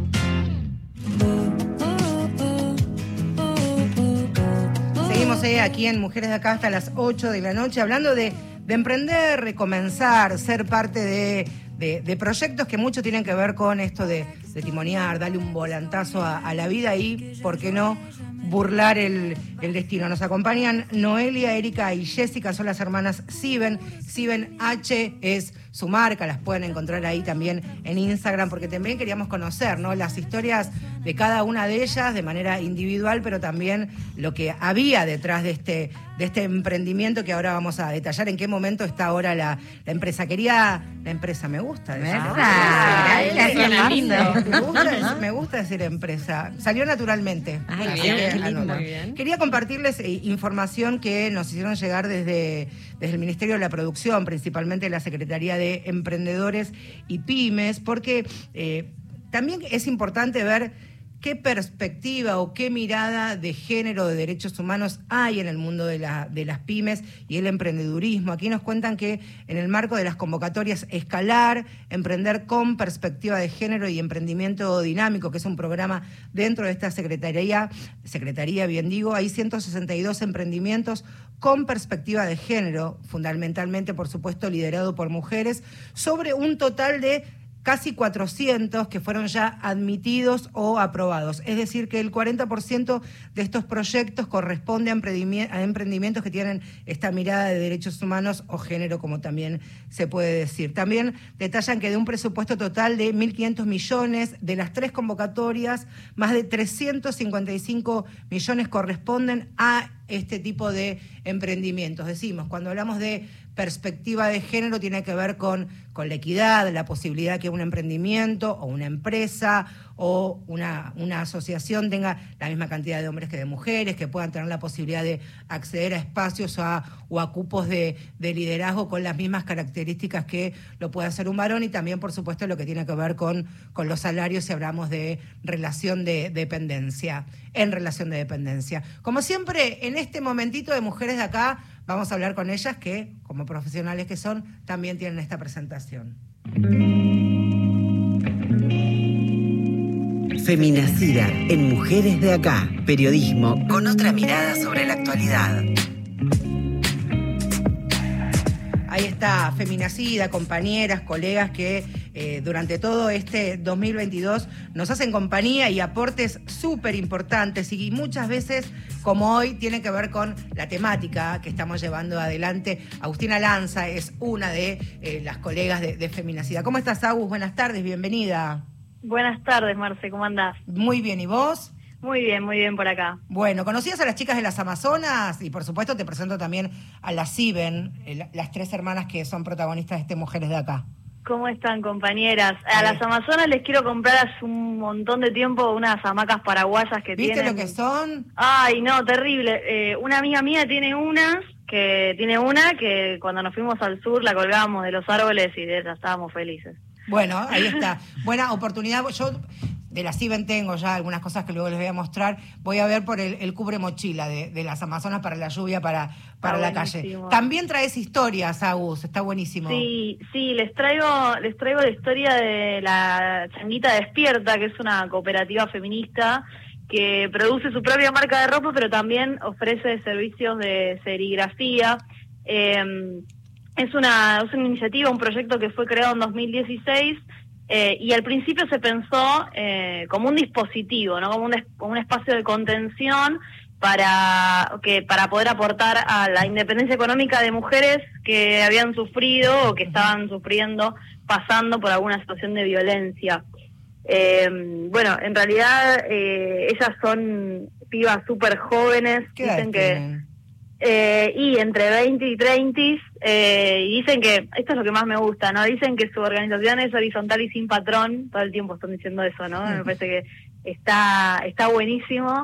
Seguimos eh, aquí en Mujeres de Acá hasta las ocho de la noche hablando de, de emprender, recomenzar, ser parte de, de, de proyectos que mucho tienen que ver con esto de, de timonear, darle un volantazo a, a la vida y, ¿por qué no?, burlar el, el destino. Nos acompañan Noelia, Erika y Jessica, son las hermanas Siben. Siben H es su marca, las pueden encontrar ahí también en Instagram, porque también queríamos conocer, ¿no?, las historias de cada una de ellas de manera individual, pero también lo que había detrás de este, de este emprendimiento que ahora vamos a detallar en qué momento está ahora la, la empresa. Quería, la empresa me gusta decir. Ah, Gracias, suena lindo. Me gusta, decir, me gusta decir empresa. Salió naturalmente. Ay, Así bien, que qué lindo. anota. Muy bien. Quería compartirles eh, información que nos hicieron llegar desde, desde el Ministerio de la Producción, principalmente la Secretaría de Emprendedores y Pymes, porque eh, también es importante ver qué perspectiva o qué mirada de género, de derechos humanos hay en el mundo de, la, de las pymes y el emprendedurismo. Aquí nos cuentan que en el marco de las convocatorias Escalar, Emprender con Perspectiva de Género y Emprendimiento Dinámico, que es un programa dentro de esta secretaría, secretaría bien digo, hay ciento sesenta y dos emprendimientos con perspectiva de género, fundamentalmente, por supuesto, liderado por mujeres, sobre un total de casi cuatrocientos que fueron ya admitidos o aprobados. Es decir, que el cuarenta por ciento de estos proyectos corresponde a emprendimientos que tienen esta mirada de derechos humanos o género, como también se puede decir. También detallan que de un presupuesto total de mil quinientos millones, de las tres convocatorias, más de trescientos cincuenta y cinco millones corresponden a este tipo de emprendimientos. Decimos, cuando hablamos de perspectiva de género, tiene que ver con, con la equidad, la posibilidad que un emprendimiento o una empresa o una, una asociación tenga la misma cantidad de hombres que de mujeres, que puedan tener la posibilidad de acceder a espacios o a, o a cupos de, de liderazgo con las mismas características que lo puede hacer un varón, y también, por supuesto, lo que tiene que ver con, con los salarios si hablamos de relación de dependencia, en relación de dependencia. Como siempre, en este momentito de Mujeres de Acá, vamos a hablar con ellas que, como profesionales que son, también tienen esta presentación. Feminacida en Mujeres de Acá. Periodismo con otra mirada sobre la actualidad. Ahí está Feminacida, compañeras, colegas que eh, durante todo este dos mil veintidós nos hacen compañía y aportes súper importantes, y muchas veces, como hoy, tiene que ver con la temática que estamos llevando adelante. Agustina Lanza es una de eh, las colegas de, de Feminacida. ¿Cómo estás, Agus? Buenas tardes, bienvenida. Buenas tardes, Marce, ¿cómo andás? Muy bien, ¿y vos? Muy bien, muy bien por acá. Bueno, ¿conocías a las chicas de las Amazonas? Y por supuesto te presento también a las Siben, eh, las tres hermanas que son protagonistas de este Mujeres de Acá. ¿Cómo están, compañeras? A las Amazonas les quiero comprar hace un montón de tiempo unas hamacas paraguayas que ¿Viste tienen... lo que son? Ay, no, terrible. Eh, una amiga mía tiene unas, que tiene una que cuando nos fuimos al sur la colgábamos de los árboles y de ella estábamos felices. Bueno, ahí está. Buena oportunidad. Yo de la Siben tengo ya algunas cosas que luego les voy a mostrar. Voy a ver por el, el cubre mochila de, de las Amazonas para la lluvia, para, para la calle. También traes historias, Agus, está buenísimo. Sí, sí, les traigo, les traigo la historia de la Changuita Despierta, que es una cooperativa feminista que produce su propia marca de ropa, pero también ofrece servicios de serigrafía. Eh, es, una, es una iniciativa, un proyecto que fue creado en dos mil dieciséis, eh, y al principio se pensó eh, como un dispositivo, ¿no? Como un, como un espacio de contención para que para poder aportar a la independencia económica de mujeres que habían sufrido o que estaban sufriendo, pasando por alguna situación de violencia. Eh, bueno, en realidad eh, ellas son pibas súper jóvenes, dicen que eh, y entre veinte y treinta, eh, y dicen que, esto es lo que más me gusta, ¿no? Dicen que su organización es horizontal y sin patrón, todo el tiempo están diciendo eso, ¿no? Me parece que está, está buenísimo.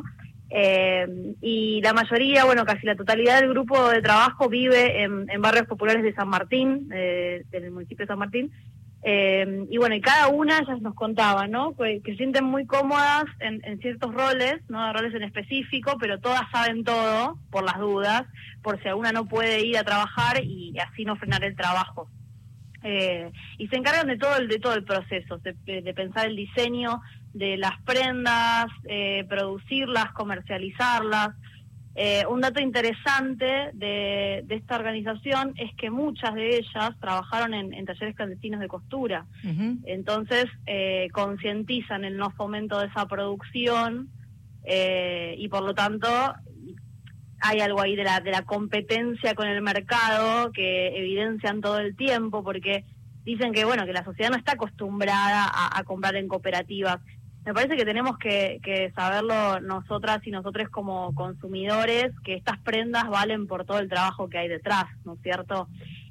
Eh, y la mayoría, bueno, casi la totalidad del grupo de trabajo vive en, en barrios populares de San Martín, eh, del municipio de San Martín. Eh, y bueno, y cada una ellas nos contaba, ¿no? Que, que se sienten muy cómodas en, en ciertos roles, no roles en específico, pero todas saben todo, por las dudas, por si alguna no puede ir a trabajar y así no frenar el trabajo. Eh, y se encargan de todo el de todo el proceso, de, de pensar el diseño de las prendas, eh, producirlas, comercializarlas. Eh, un dato interesante de, de esta organización es que muchas de ellas trabajaron en, en talleres clandestinos de costura. Uh-huh. Entonces, eh, concientizan el no fomento de esa producción, eh, y por lo tanto hay algo ahí de la, de la competencia con el mercado que evidencian todo el tiempo, porque dicen que, bueno, que la sociedad no está acostumbrada a, a comprar en cooperativas. Me parece que tenemos que, que saberlo nosotras y nosotros como consumidores, que estas prendas valen por todo el trabajo que hay detrás, ¿no es cierto?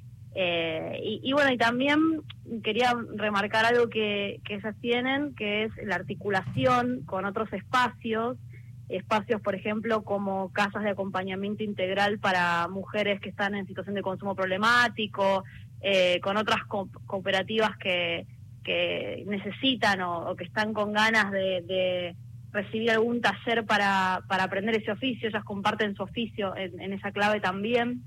Eh, y, y bueno, y también quería remarcar algo que, que ellas tienen, que es la articulación con otros espacios, espacios, por ejemplo, como casas de acompañamiento integral para mujeres que están en situación de consumo problemático, eh, con otras co- cooperativas que... que necesitan o, o que están con ganas de, de recibir algún taller para, para aprender ese oficio. Ellas comparten su oficio en, en esa clave también.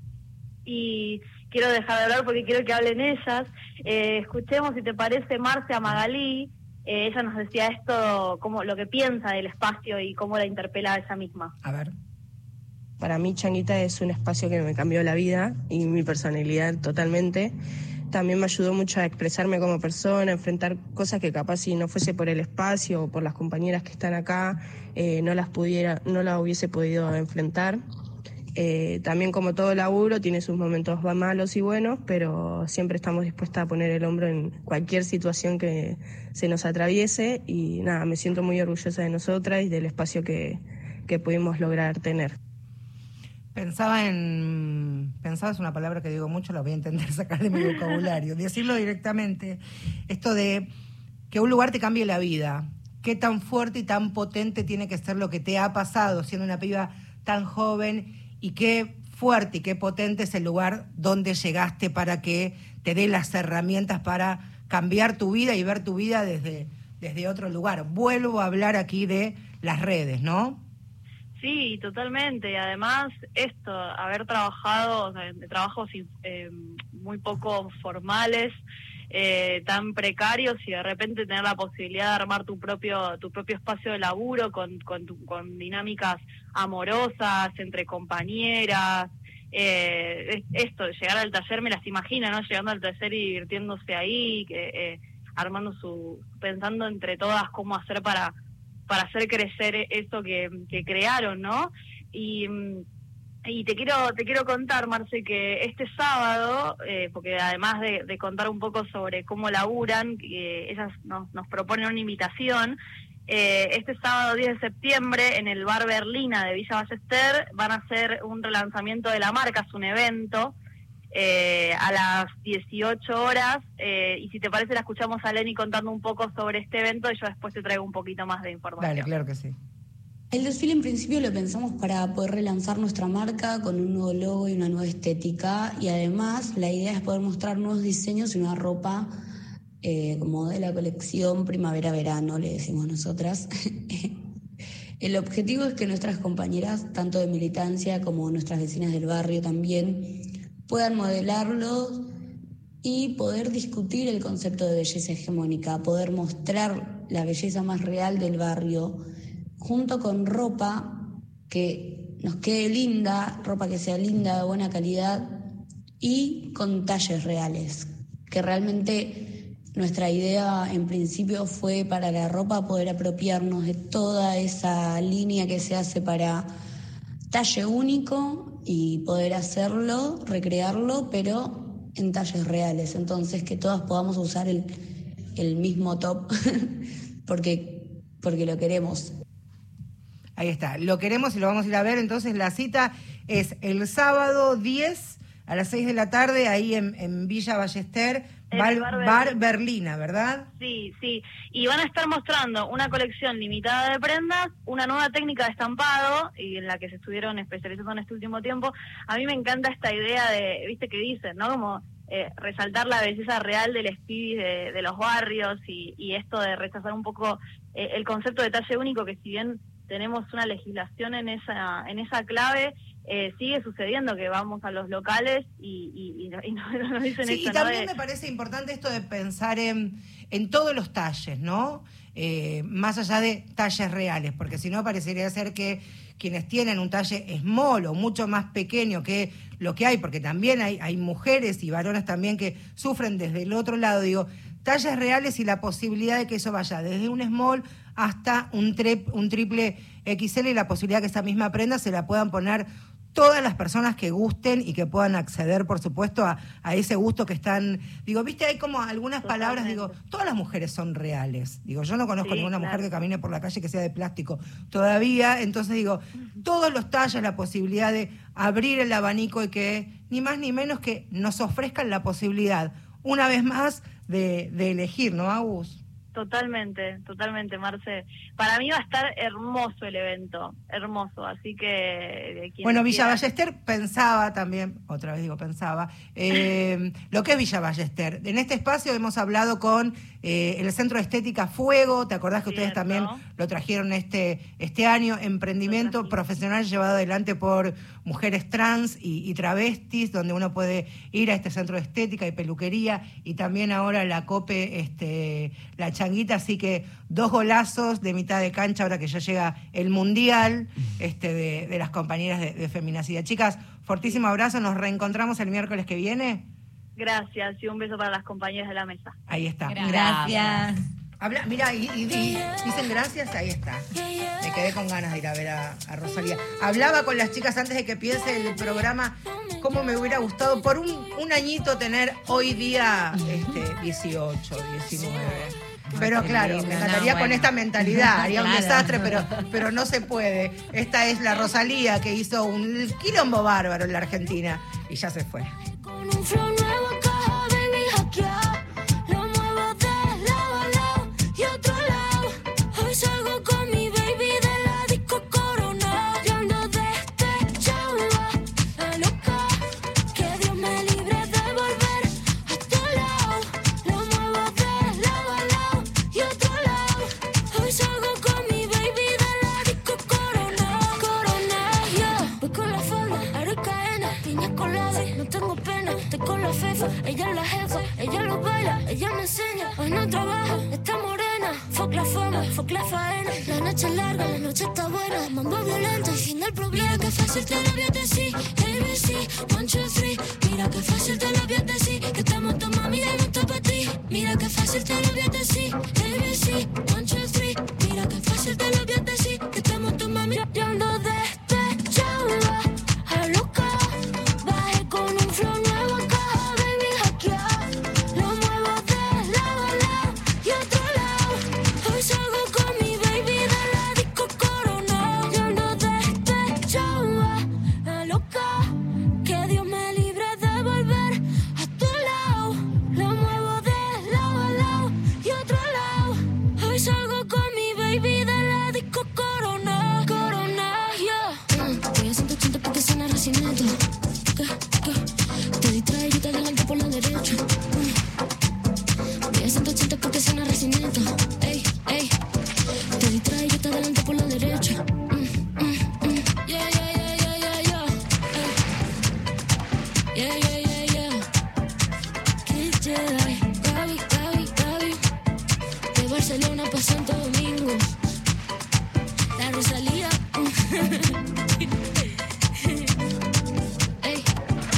Y quiero dejar de hablar porque quiero que hablen ellas. Eh, escuchemos, si te parece, Marce, a Magalí. Eh, ella nos decía esto, como lo que piensa del espacio y cómo la interpela a ella misma. A ver. Para mí, Changuita es un espacio que me cambió la vida y mi personalidad totalmente. También me ayudó mucho a expresarme como persona, a enfrentar cosas que capaz si no fuese por el espacio o por las compañeras que están acá, eh, no las pudiera, no las hubiese podido enfrentar. Eh, también, como todo laburo, tiene sus momentos malos y buenos, pero siempre estamos dispuestas a poner el hombro en cualquier situación que se nos atraviese, y nada, me siento muy orgullosa de nosotras y del espacio que, que pudimos lograr tener. Pensaba en... Pensaba es una palabra que digo mucho, la voy a intentar sacar de mi vocabulario. Decirlo directamente. Esto de que un lugar te cambie la vida. Qué tan fuerte y tan potente tiene que ser lo que te ha pasado siendo una piba tan joven, y qué fuerte y qué potente es el lugar donde llegaste para que te dé las herramientas para cambiar tu vida y ver tu vida desde, desde otro lugar. Vuelvo a hablar aquí de las redes, ¿no? Sí, totalmente. Y además esto, haber trabajado, o sea, de trabajos eh, muy poco formales, eh, tan precarios, y de repente tener la posibilidad de armar tu propio tu propio espacio de laburo con con, tu, con dinámicas amorosas entre compañeras. Eh, esto, llegar al taller, me las imagino, ¿no? Llegando al taller y divirtiéndose ahí, eh, eh, armando su, pensando entre todas cómo hacer para para hacer crecer esto que, que crearon, ¿no? Y, y te quiero te quiero contar, Marce, que este sábado, eh, porque además de, de contar un poco sobre cómo laburan, que ellas nos, nos proponen una invitación, eh, este sábado diez de septiembre en el Bar Berlina de Villa Ballester van a hacer un relanzamiento de la marca, es un evento, Eh, a las dieciocho horas, eh, y si te parece la escuchamos a Lenny contando un poco sobre este evento, y yo después te traigo un poquito más de información. Dale, claro que sí. El desfile en principio lo pensamos para poder relanzar nuestra marca con un nuevo logo y una nueva estética, y además la idea es poder mostrar nuevos diseños y una ropa eh, como de la colección primavera-verano, le decimos nosotras. El objetivo es que nuestras compañeras, tanto de militancia como nuestras vecinas del barrio también, puedan modelarlos y poder discutir el concepto de belleza hegemónica, poder mostrar la belleza más real del barrio, junto con ropa que nos quede linda, ropa que sea linda, de buena calidad y con talles reales, que realmente nuestra idea en principio fue para la ropa poder apropiarnos de toda esa línea que se hace para talle único y poder hacerlo, recrearlo, pero en talles reales. Entonces que todas podamos usar el, el mismo top porque, porque lo queremos. Ahí está, lo queremos y lo vamos a ir a ver. Entonces la cita es el sábado diez a las seis de la tarde, ahí en, en Villa Ballester, Bar, Bar, Bar Berlina, ¿verdad? Sí, sí. Y van a estar mostrando una colección limitada de prendas, una nueva técnica de estampado, y en la que se estuvieron especializando en este último tiempo. A mí me encanta esta idea de, viste que dicen, ¿no? Como eh, resaltar la belleza real del espíritu de, de los barrios y, y esto de rechazar un poco eh, el concepto de talle único, que si bien tenemos una legislación en esa en esa clave, eh, sigue sucediendo que vamos a los locales y, y, y, no, y no, nos dicen sí, esto. Y también ¿no? me parece importante esto de pensar en, en todos los talles, ¿no? Eh, más allá de talles reales, porque si no parecería ser que quienes tienen un talle small o mucho más pequeño que lo que hay, porque también hay, hay mujeres y varones también que sufren desde el otro lado, digo, talles reales y la posibilidad de que eso vaya desde un small hasta un, trip, un triple equis ele y la posibilidad que esa misma prenda se la puedan poner todas las personas que gusten y que puedan acceder, por supuesto, a, a ese gusto que están... Digo, viste, hay como algunas Totalmente. palabras, digo, todas las mujeres son reales. Digo, yo no conozco Sí, ninguna claro. mujer que camine por la calle que sea de plástico todavía. Entonces digo, todos los talles, la posibilidad de abrir el abanico y que ni más ni menos que nos ofrezcan la posibilidad, una vez más, de, de elegir, ¿no, Agus? Totalmente, totalmente, Marce. Para mí va a estar hermoso el evento, hermoso, así que... Bueno, Villa Ballester pensaba también, otra vez digo pensaba, eh, lo que es Villa Ballester. En este espacio hemos hablado con eh, el Centro de Estética Fuego, ¿te acordás que ustedes Cierto. también lo trajeron este, este año? Emprendimiento profesional llevado adelante por mujeres trans y, y travestis, donde uno puede ir a este centro de estética y peluquería, y también ahora la COPE, este, la Changuita, así que dos golazos de mitad de cancha ahora que ya llega el Mundial este, de, de las compañeras de, de Feminacida. Chicas, fortísimo abrazo, nos reencontramos el miércoles que viene. Gracias, y un beso para las compañeras de la mesa. Ahí está. Gracias. Habla, mira, y, y- y dicen gracias, ahí está. Me quedé con ganas de ir a ver a, a Rosalía. Hablaba con las chicas antes de que empiece el programa, cómo me hubiera gustado por un, un añito tener hoy día este, dieciocho, diecinueve. Pero claro, me lindo, encantaría no, con bueno. esta mentalidad, haría un Claro. desastre, pero, pero no se puede. Esta es la Rosalía, que hizo un quilombo bárbaro en la Argentina y ya se fue. Con un flow nuevo caja, baby, hackeado. Lo muevo de lado a lado y otro lado. Hoy salgo con mi baby de la disco Corona. Y ando despechado, la loca. Que Dios me libre de volver a tu lado. Lo muevo de lado a lado y otro lado. Hoy salgo con mi baby de la disco Corona. Corona, yo voy con la falda, aro y cadena, piña colada. No tengo pena, estoy con la fefa. Ella es la jefa, ella lo baila, ella me enseña. Hoy no trabaja, está morena. Fuck la fama, fuck la faena. La noche es larga, la noche está buena. Mambo violento y fin del problema. Mira que fácil te lo voy a decir. A B C, one, two, three. Mira que fácil te lo voy a decir. Que estamos tu mami, ya no está para ti. Mira que fácil te lo voy a decir. A B C, one, two, three. Mira que fácil te lo voy a decir. Que estamos tu mami, ya ando despechada. A loca. Bajé con un flow nuevo, caja, baby, hackeado. Lo muevo de lado a lado y otro lado. Hoy salgo con mi baby de la disco Corona. Yo ando despechada, la loca. Que Dios me libre de volver a tu lado. Lo muevo de lado a lado y otro lado. Hoy salgo con mi baby de la disco Corona. Corona, yeah. Mm, Voy a ciento ochenta porque suena recinito. ¿Qué? ¿Qué? Te distraes y te adelanto por la derecha. Mm. Voy a ciento ochenta porque suena recinito. Ey, ey. Te distraes y te adelanto por la derecha. Mm, mm, mm. Yeah, yeah, yeah, yeah, yeah, yeah. Ey. Yeah, yeah, yeah, yeah. Kid Jedi. Gaby, Gaby, Gaby. De Barcelona pa' Santo Domingo. La Rosalía. Ey.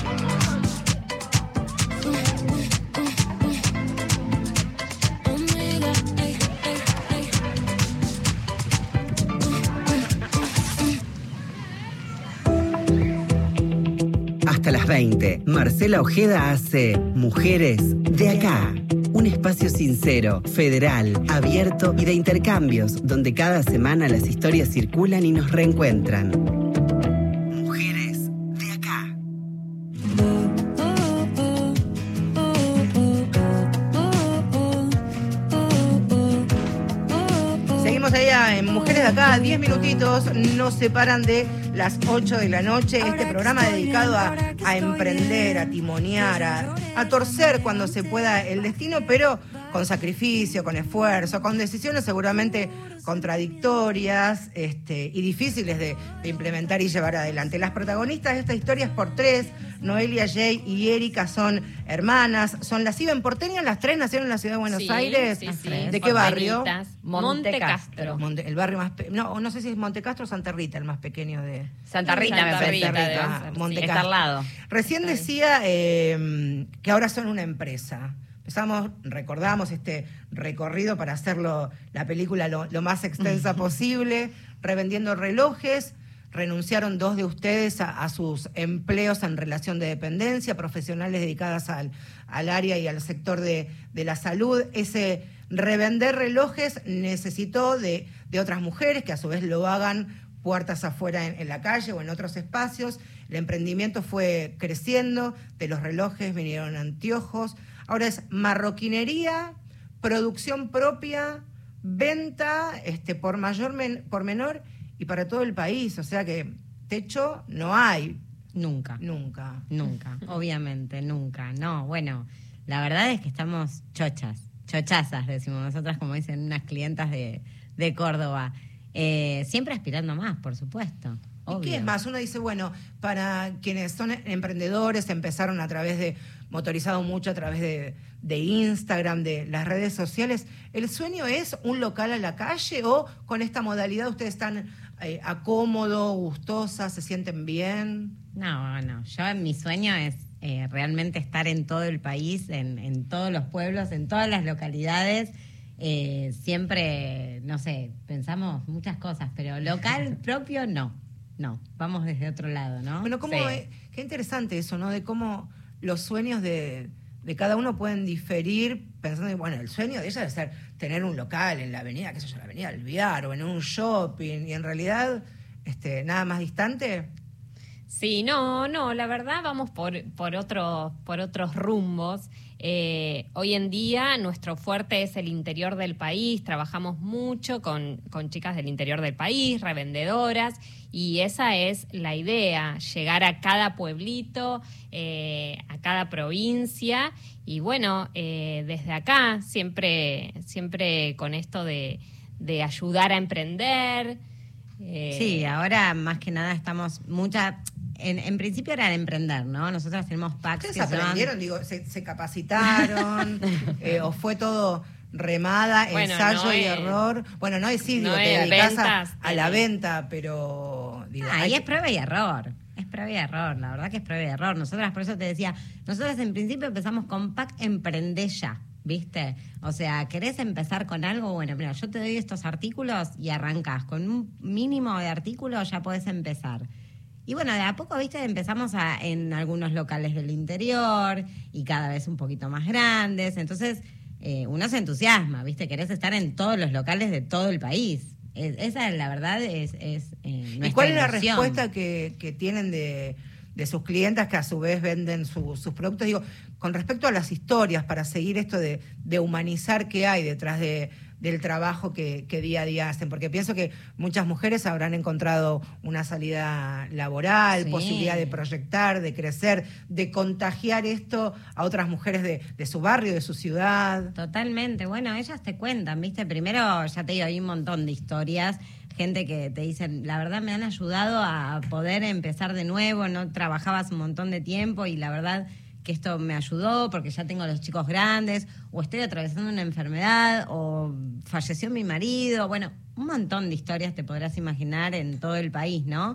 Omega, ey, ey, ey. Hasta las veinte, Marcela Ojeda hace Mujeres de Acá. Un espacio sincero, federal, abierto y de intercambios, donde cada semana las historias circulan y nos reencuentran. Mujeres de Acá. Seguimos allá en Mujeres de Acá, diez minutitos nos separan de las ocho de la noche. Este programa dedicado a, a emprender, a timonear, a, a torcer cuando se pueda el destino, pero con sacrificio, con esfuerzo, con decisiones seguramente contradictorias este, y difíciles de, de implementar y llevar adelante. Las protagonistas de esta historia es por tres. Noelia, Jay y Erika son hermanas, son las Iben porteñas, las tres nacieron en la ciudad de Buenos Sí, Aires. sí, sí. ¿De qué barrio? Monte Castro. Monte- el barrio más... pe- No, no sé si es Monte Castro o Santa Rita, el más pequeño de... Santa Rita, Santa me parece. Rita, Santa debe Rita, ser, Monte sí. Está Castro. al lado. Recién decía eh, que ahora son una empresa. Empezamos, recordamos este recorrido para hacerlo, la película lo, lo más extensa posible, revendiendo relojes. Renunciaron dos de ustedes a, a sus empleos en relación de dependencia, profesionales dedicadas al, al área y al sector de, de la salud. Ese revender relojes necesitó de, de otras mujeres que a su vez lo hagan puertas afuera en, en la calle o en otros espacios. El emprendimiento fue creciendo, de los relojes vinieron anteojos. Ahora es marroquinería, producción propia, venta este, por mayor, men, por menor y para todo el país. O sea que techo no hay. Nunca. Nunca. Nunca, obviamente, nunca. No, bueno, la verdad es que estamos chochas, chochazas, decimos nosotras, como dicen unas clientas de, de Córdoba. Eh, siempre aspirando más, por supuesto. ¿Y Obvio. qué es más? Uno dice, bueno, para quienes son emprendedores, empezaron a través de, motorizado mucho a través de, de Instagram, de las redes sociales. ¿El sueño es un local a la calle o con esta modalidad ustedes están eh, a cómodo, gustosas, se sienten bien? No, no, yo mi sueño es eh, realmente estar en todo el país, en, en todos los pueblos, en todas las localidades. Eh, siempre, no sé, pensamos muchas cosas, pero local propio no, no, vamos desde otro lado, ¿no? Bueno, cómo, Sí. eh, qué interesante eso, ¿no? De cómo los sueños de, de cada uno pueden diferir, pensando, bueno, el sueño de ella debe ser tener un local en la avenida, qué sé yo, la avenida Alvear o en un shopping, y en realidad, este, nada más distante. Sí, no, no, la verdad vamos por, por, otros, por otros rumbos. Eh, hoy en día nuestro fuerte es el interior del país, trabajamos mucho con, con chicas del interior del país, revendedoras, y esa es la idea, llegar a cada pueblito, eh, a cada provincia, y bueno, eh, desde acá siempre, siempre con esto de, de ayudar a emprender. Eh, Sí, ahora más que nada estamos mucha... En, en principio era de emprender, ¿no? Nosotros tenemos packs ¿Ustedes que se llaman- aprendieron? Digo, ¿se, se capacitaron? eh, ¿O fue todo remada, Bueno, ensayo no y es- error? Bueno, no es sí, digo, no te es dedicás a, ventas, a la tenés. venta, pero... Digo, Ah, hay y es que- prueba y error. Es prueba y error, la verdad que es prueba y error. Nosotras, por eso te decía, nosotras en principio empezamos con Pack Emprende Ya, ¿viste? O sea, ¿querés empezar con algo? Bueno, mira, yo te doy estos artículos y arrancás. Con un mínimo de artículos ya podés empezar. Y bueno, de a poco, ¿viste? Empezamos a, en algunos locales del interior y cada vez un poquito más grandes. Entonces, eh, uno se entusiasma, ¿viste? Querés estar en todos los locales de todo el país. Es- esa, la verdad, es, es eh, nuestra ¿Y cuál es la ilusión. respuesta que, que tienen de, de sus clientas que a su vez venden su- sus productos? Digo, con respecto a las historias, para seguir esto de, de humanizar qué hay detrás de, del trabajo que, que día a día hacen, porque pienso que muchas mujeres habrán encontrado una salida laboral, Sí. posibilidad de proyectar, de crecer, de contagiar esto a otras mujeres de, de su barrio, de su ciudad. Totalmente. Bueno, ellas te cuentan, ¿viste? Primero, ya te digo, hay un montón de historias. Gente que te dicen, la verdad me han ayudado a poder empezar de nuevo, no trabajabas un montón de tiempo y la verdad que esto me ayudó porque ya tengo los chicos grandes, o estoy atravesando una enfermedad, o falleció mi marido. Bueno, un montón de historias te podrás imaginar en todo el país, ¿no?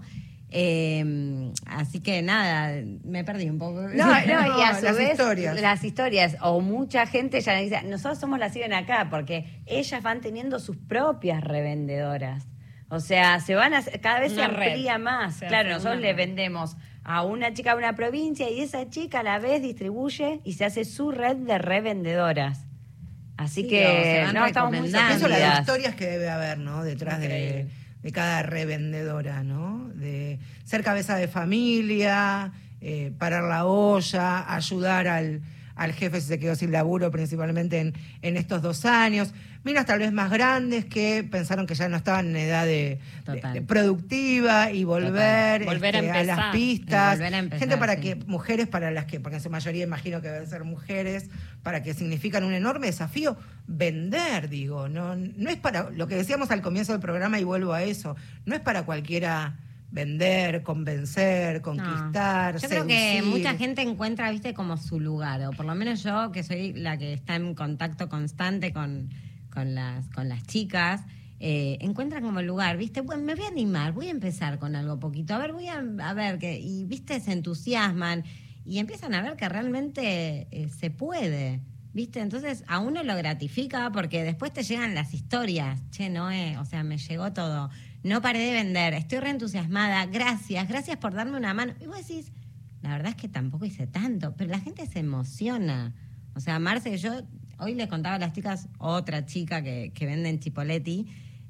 Eh, así que nada, me perdí un poco. No, no, y a su las vez, historias. las historias, o mucha gente ya dice, nosotros somos las siguen acá, porque ellas van teniendo sus propias revendedoras. O sea, se van a, cada vez Una se amplía red. más. Se Claro, hace nosotros una le red. vendemos a una chica de una provincia y esa chica a la vez distribuye y se hace su red de revendedoras. Así Sí, o se que van no, estamos muy recomendando. Eso, las sorprendidas. historias que debe haber, ¿no? Detrás de, Increíble. de cada revendedora, ¿no? De ser cabeza de familia, eh, parar la olla, ayudar al, al jefe si se quedó sin laburo, principalmente en, en estos dos años. Minas tal vez más grandes que pensaron que ya no estaban en edad de, de- Total. de productiva y volver, Total. Volver a este, empezar. las pistas. Y volver a empezar, Gente para sí. que, mujeres para las que, porque en su mayoría imagino que deben ser mujeres, para que significan un enorme desafío vender, digo, no, no es para, lo que decíamos al comienzo del programa y vuelvo a eso, no es para cualquiera vender, convencer, conquistar, No. Yo creo que seducir. mucha gente encuentra, viste, como su lugar, o por lo menos yo, que soy la que está en contacto constante con, con, las, con las chicas, eh, encuentran como el lugar, viste, bueno, me voy a animar, voy a empezar con algo poquito, a ver, voy a, a ver, que y viste, se entusiasman y empiezan a ver que realmente eh, se puede. ¿Viste? Entonces a uno lo gratifica porque después te llegan las historias. Che, Noé, o sea, me llegó todo. No paré de vender, estoy reentusiasmada, gracias, gracias por darme una mano. Y vos decís, la verdad es que tampoco hice tanto, pero la gente se emociona. O sea, Marce, yo hoy le contaba a las chicas, otra chica que, que vende en Chipoletti,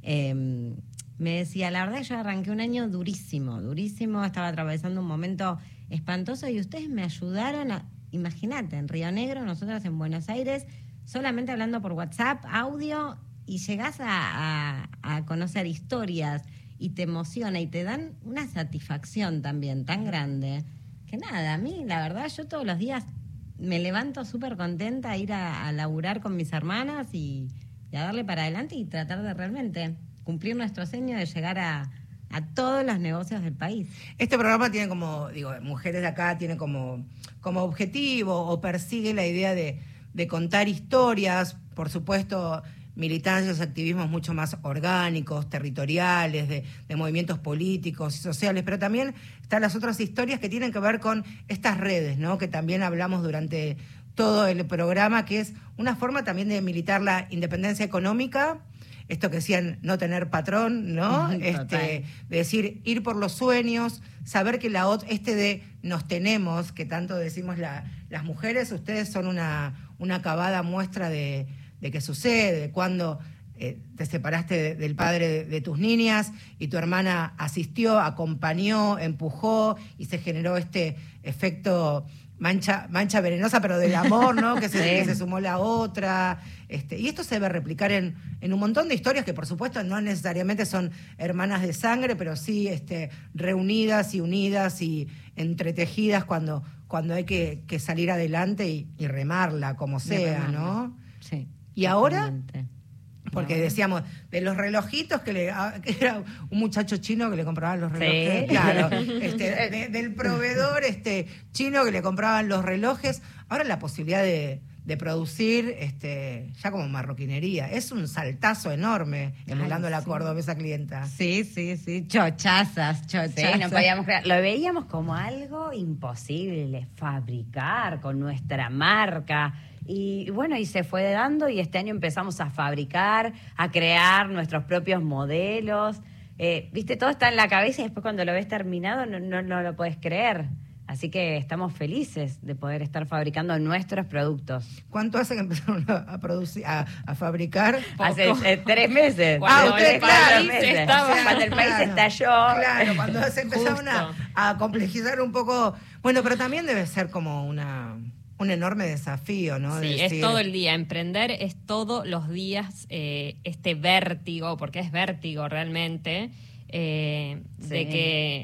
eh, me decía, la verdad yo arranqué un año durísimo, durísimo, estaba atravesando un momento espantoso y ustedes me ayudaron a... Imagínate, en Río Negro, nosotros en Buenos Aires, solamente hablando por WhatsApp, audio, y llegás a, a, a conocer historias y te emociona y te dan una satisfacción también tan grande que nada, a mí la verdad yo todos los días me levanto súper contenta a ir a, a laburar con mis hermanas y, y a darle para adelante y tratar de realmente cumplir nuestro sueño de llegar a, a todos los negocios del país. Este programa tiene como, digo, Mujeres de Acá tiene como, como objetivo o persigue la idea de, de contar historias, por supuesto, militancias, activismos mucho más orgánicos, territoriales, de, de movimientos políticos y sociales, pero también están las otras historias que tienen que ver con estas redes, ¿no? Que también hablamos durante todo el programa, que es una forma también de militar la independencia económica. Esto que decían, no tener patrón, ¿no? este, de decir, ir por los sueños, saber que la ot- este de nos tenemos, que tanto decimos la, las mujeres, ustedes son una, una acabada muestra de, de que sucede, cuando eh, te separaste de, del padre de, de tus niñas y tu hermana asistió, acompañó, empujó y se generó este efecto... Mancha, mancha venenosa, pero del amor, ¿no? Que se, Sí. que se sumó la otra. Este, y esto se debe replicar en, en un montón de historias que, por supuesto, no necesariamente son hermanas de sangre, pero sí este, reunidas y unidas y entretejidas cuando, cuando hay que, que salir adelante y, y remarla, como sea, remarla. ¿no? Sí. Y ahora, totalmente. porque decíamos, de los relojitos, que, le, ah, que era un muchacho chino que le compraban los relojes, Sí. claro, este, de- del proveedor este, chino que le compraban los relojes, ahora la posibilidad de, de producir este, ya como marroquinería, es un saltazo enorme, emulando Ay, la sí. cordobesa clienta. Sí, sí, sí, chochazas, chochazas. Sí, no podíamos creer. Lo veíamos como algo imposible, fabricar con nuestra marca. Y bueno, y se fue dando y este año empezamos a fabricar, a crear nuestros propios modelos. Eh, Viste, todo está en la cabeza y después cuando lo ves terminado no, no, no lo puedes creer. Así que estamos felices de poder estar fabricando nuestros productos. ¿Cuánto hace que empezaron a, a producir, a, a fabricar? Hace eh, tres meses. Cuando Ah, ustedes, Tres, claro, cuatro el país meses. estaba- Cuando el país Claro, estalló. Claro, cuando se empezaron a, Justo. a complejizar un poco. Bueno, pero también debe ser como una un enorme desafío, ¿no? De Sí, es decir, todo el día. Emprender es todos los días eh, este vértigo, porque es vértigo realmente, eh, Sí. de que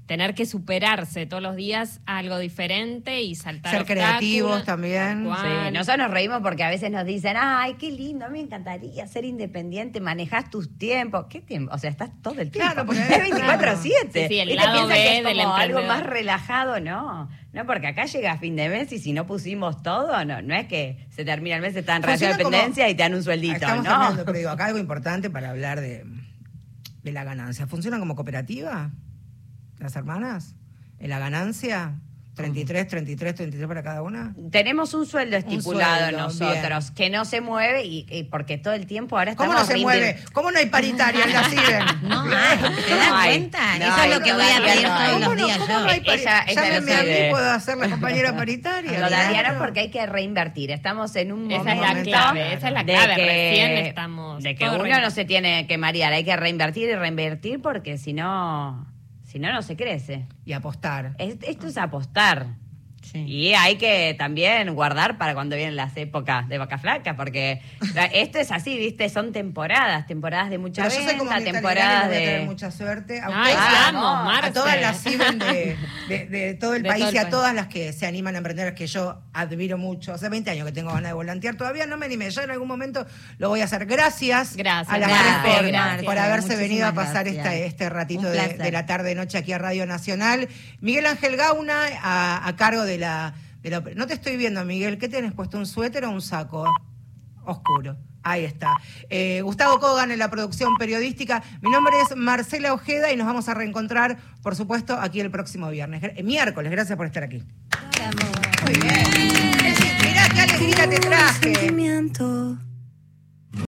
tener que superarse todos los días a algo diferente y saltar Ser obstáculos. creativos también. Tal Sí, cual. nosotros nos reímos porque a veces nos dicen, ay, qué lindo, a mí me encantaría ser independiente, manejás tus tiempos. ¿Qué tiempo? O sea, estás todo el tiempo. Claro, porque- es veinticuatro siete. Sí, sí, el ¿Viste? lado Piensa que B es del como algo emprendedor. más relajado, no. No, porque acá llega fin de mes y si no pusimos todo, no, no es que se termina el mes, está en relación de Funciona como- dependencia y te dan un sueldito, Estamos ¿no? hablando, pero digo, acá algo importante para hablar de, de la ganancia. ¿Funcionan como cooperativa las hermanas? ¿En la ganancia? treinta y tres, treinta y tres, treinta y tres para cada una. Tenemos un sueldo estipulado sueldo, nosotros, que no se mueve y, y porque todo el tiempo ahora ¿Cómo estamos... no se rinde- mueve? ¿Cómo no hay paritaria en la CIBEN? No hay, ¿te das Ay, cuenta? no Eso hay, es lo que no voy a hay, pedir no hay. todos ¿Cómo los no, días cómo yo. no hay Ella- paritaria? ella no Llámenme a soy mí, de- puedo hacer la compañera paritaria. Lo darían Claro. porque hay que reinvertir. Estamos en un Esa es la momento clave, esa es la de clave. que- Recién estamos de que todos uno rein- no se tiene que marear, hay que reinvertir y reinvertir porque si no, si no, no se crece. Y apostar. Es- esto es apostar. Sí. Y hay que también guardar para cuando vienen las épocas de vaca flaca, porque la- esto es así, ¿viste? Son temporadas, temporadas de mucha Pero yo soy como venta, Mirta temporadas Legrand y voy a tener de... mucha suerte. A Ay, ustedes, vamos, a- a Marce. todas las CIBEN de, de, de todo el De país todo el y a país. todas las que se animan a emprender, que yo admiro mucho. Hace veinte años que tengo ganas de volantear, todavía no me animé. Yo en algún momento lo voy a hacer. Gracias, Gracias, a las gracias, tres por, gracias. por haberse Muchísimas venido a pasar gracias. este, este ratito Un de, placer. de la tarde-noche aquí a Radio Nacional. Miguel Ángel Gauna, a, a cargo de la, de la... No te estoy viendo, Miguel. ¿Qué tenés puesto? ¿Un suéter o un saco? Oscuro. Ahí está. Eh, Gustavo Kogan en la producción periodística. Mi nombre es Marcela Ojeda y nos vamos a reencontrar, por supuesto, aquí el próximo viernes. Eh, miércoles. Gracias por estar aquí. Muy bien. Mirá qué alegría te traje. Sentimiento.